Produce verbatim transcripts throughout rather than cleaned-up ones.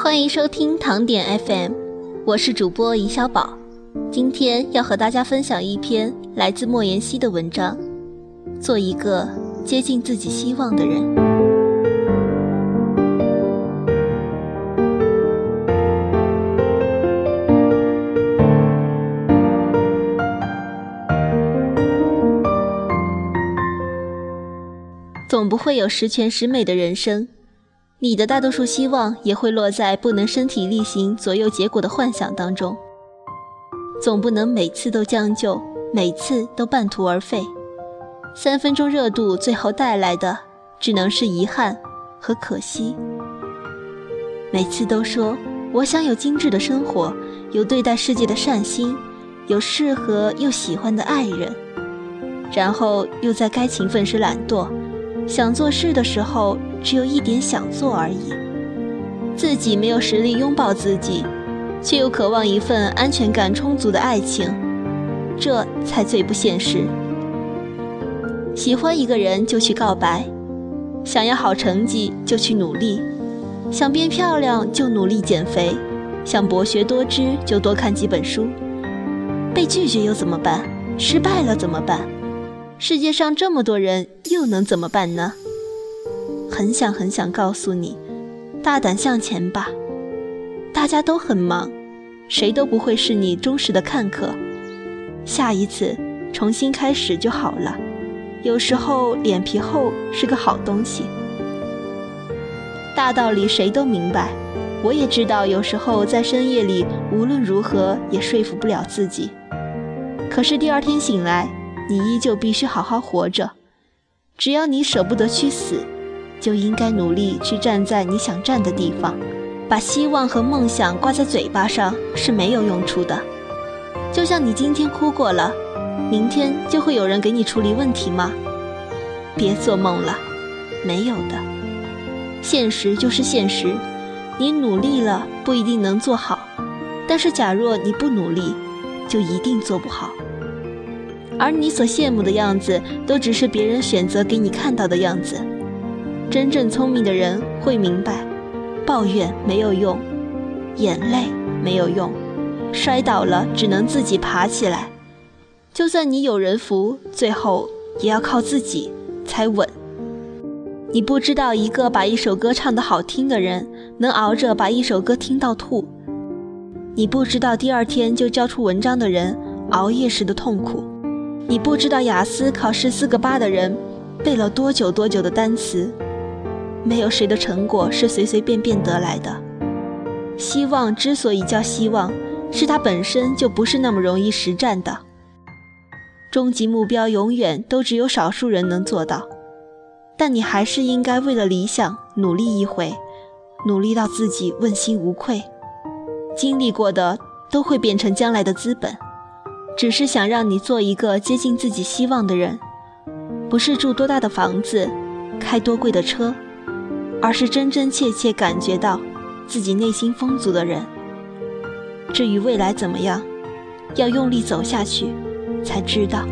欢迎收听糖点 F M， 我是主播尹小宝。今天要和大家分享一篇来自莫言熙的文章，做一个接近自己希望的人。总不会有十全十美的人生，你的大多数希望也会落在不能身体力行左右结果的幻想当中。总不能每次都将就，每次都半途而废。三分钟热度最后带来的只能是遗憾和可惜。每次都说我想有精致的生活，有对待世界的善心，有适合又喜欢的爱人，然后又在该勤奋时懒惰，想做事的时候只有一点想做而已。自己没有实力拥抱自己，却又渴望一份安全感充足的爱情，这才最不现实。喜欢一个人就去告白，想要好成绩就去努力，想变漂亮就努力减肥，想博学多知就多看几本书。被拒绝又怎么办？失败了怎么办？世界上这么多人，又能怎么办呢？很想很想告诉你，大胆向前吧。大家都很忙，谁都不会是你忠实的看客。下一次重新开始就好了。有时候脸皮厚是个好东西。大道理谁都明白，我也知道有时候在深夜里无论如何也说服不了自己。可是第二天醒来，你依旧必须好好活着。只要你舍不得去死，就应该努力去站在你想站的地方。把希望和梦想挂在嘴巴上是没有用处的。就像你今天哭过了，明天就会有人给你处理问题吗？别做梦了，没有的。现实就是现实，你努力了不一定能做好，但是假若你不努力，就一定做不好。而你所羡慕的样子，都只是别人选择给你看到的样子。真正聪明的人会明白，抱怨没有用，眼泪没有用，摔倒了只能自己爬起来。就算你有人扶，最后也要靠自己才稳。你不知道一个把一首歌唱得好听的人，能熬着把一首歌听到吐。你不知道第二天就交出文章的人，熬夜时的痛苦。你不知道雅思考试四个八的人，背了多久多久的单词。没有谁的成果是随随便便得来的。希望之所以叫希望，是它本身就不是那么容易实战的。终极目标永远都只有少数人能做到，但你还是应该为了理想努力一回，努力到自己问心无愧。经历过的都会变成将来的资本，只是想让你做一个接近自己希望的人，不是住多大的房子，开多贵的车，而是真真切切感觉到自己内心丰足的人。至于未来怎么样，要用力走下去才知道。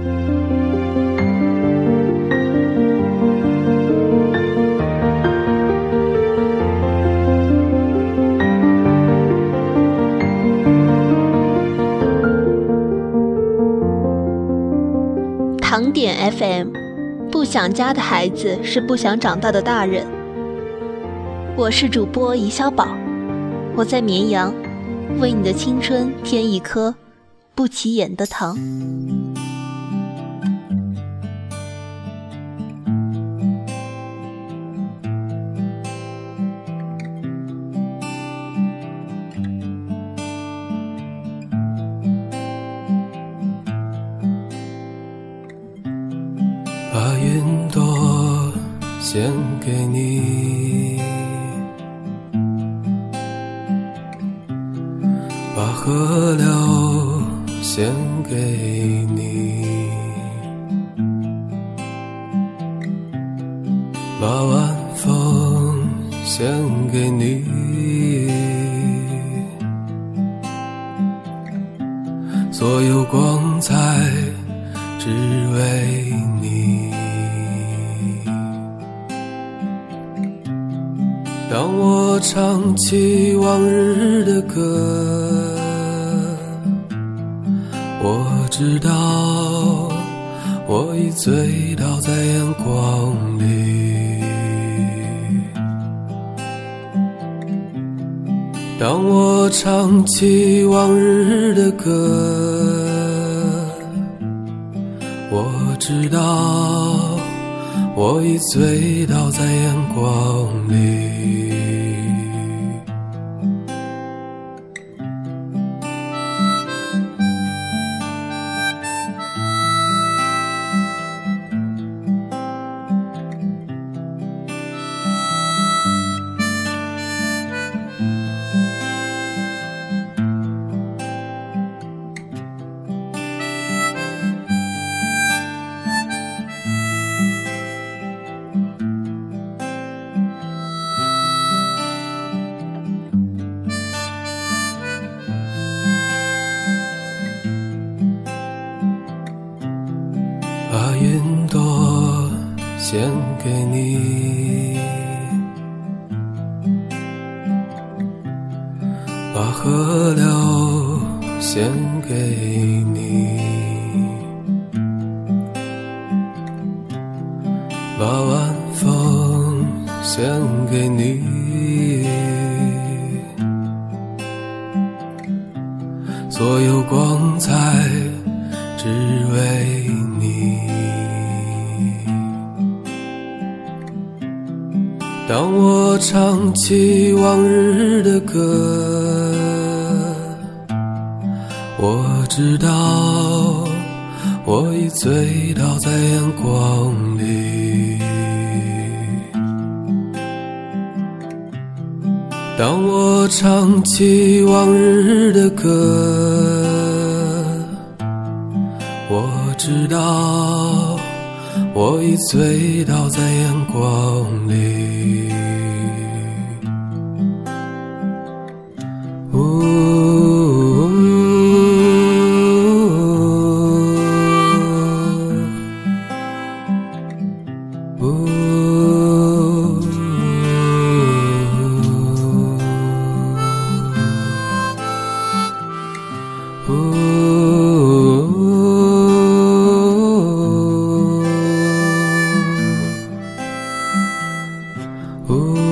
糖点 F M， 不想家的孩子是不想长大的大人。我是主播尹小宝，我在绵阳，为你的青春添一颗不起眼的糖。 把云朵献给你，把河流献给你，把晚风献给你，所有光彩只为你。 当我唱起往日的歌，我知道我已醉倒在阳光里。当我唱起往日的歌，我知道我已醉倒在阳光里。把云朵献给你，把河流献给你，把晚风献给你，所有光彩只为你。当我唱起往日的歌，我知道我已醉倒在阳光里。当我唱起往日的歌，我知道我已醉倒在阳光里。Ooh.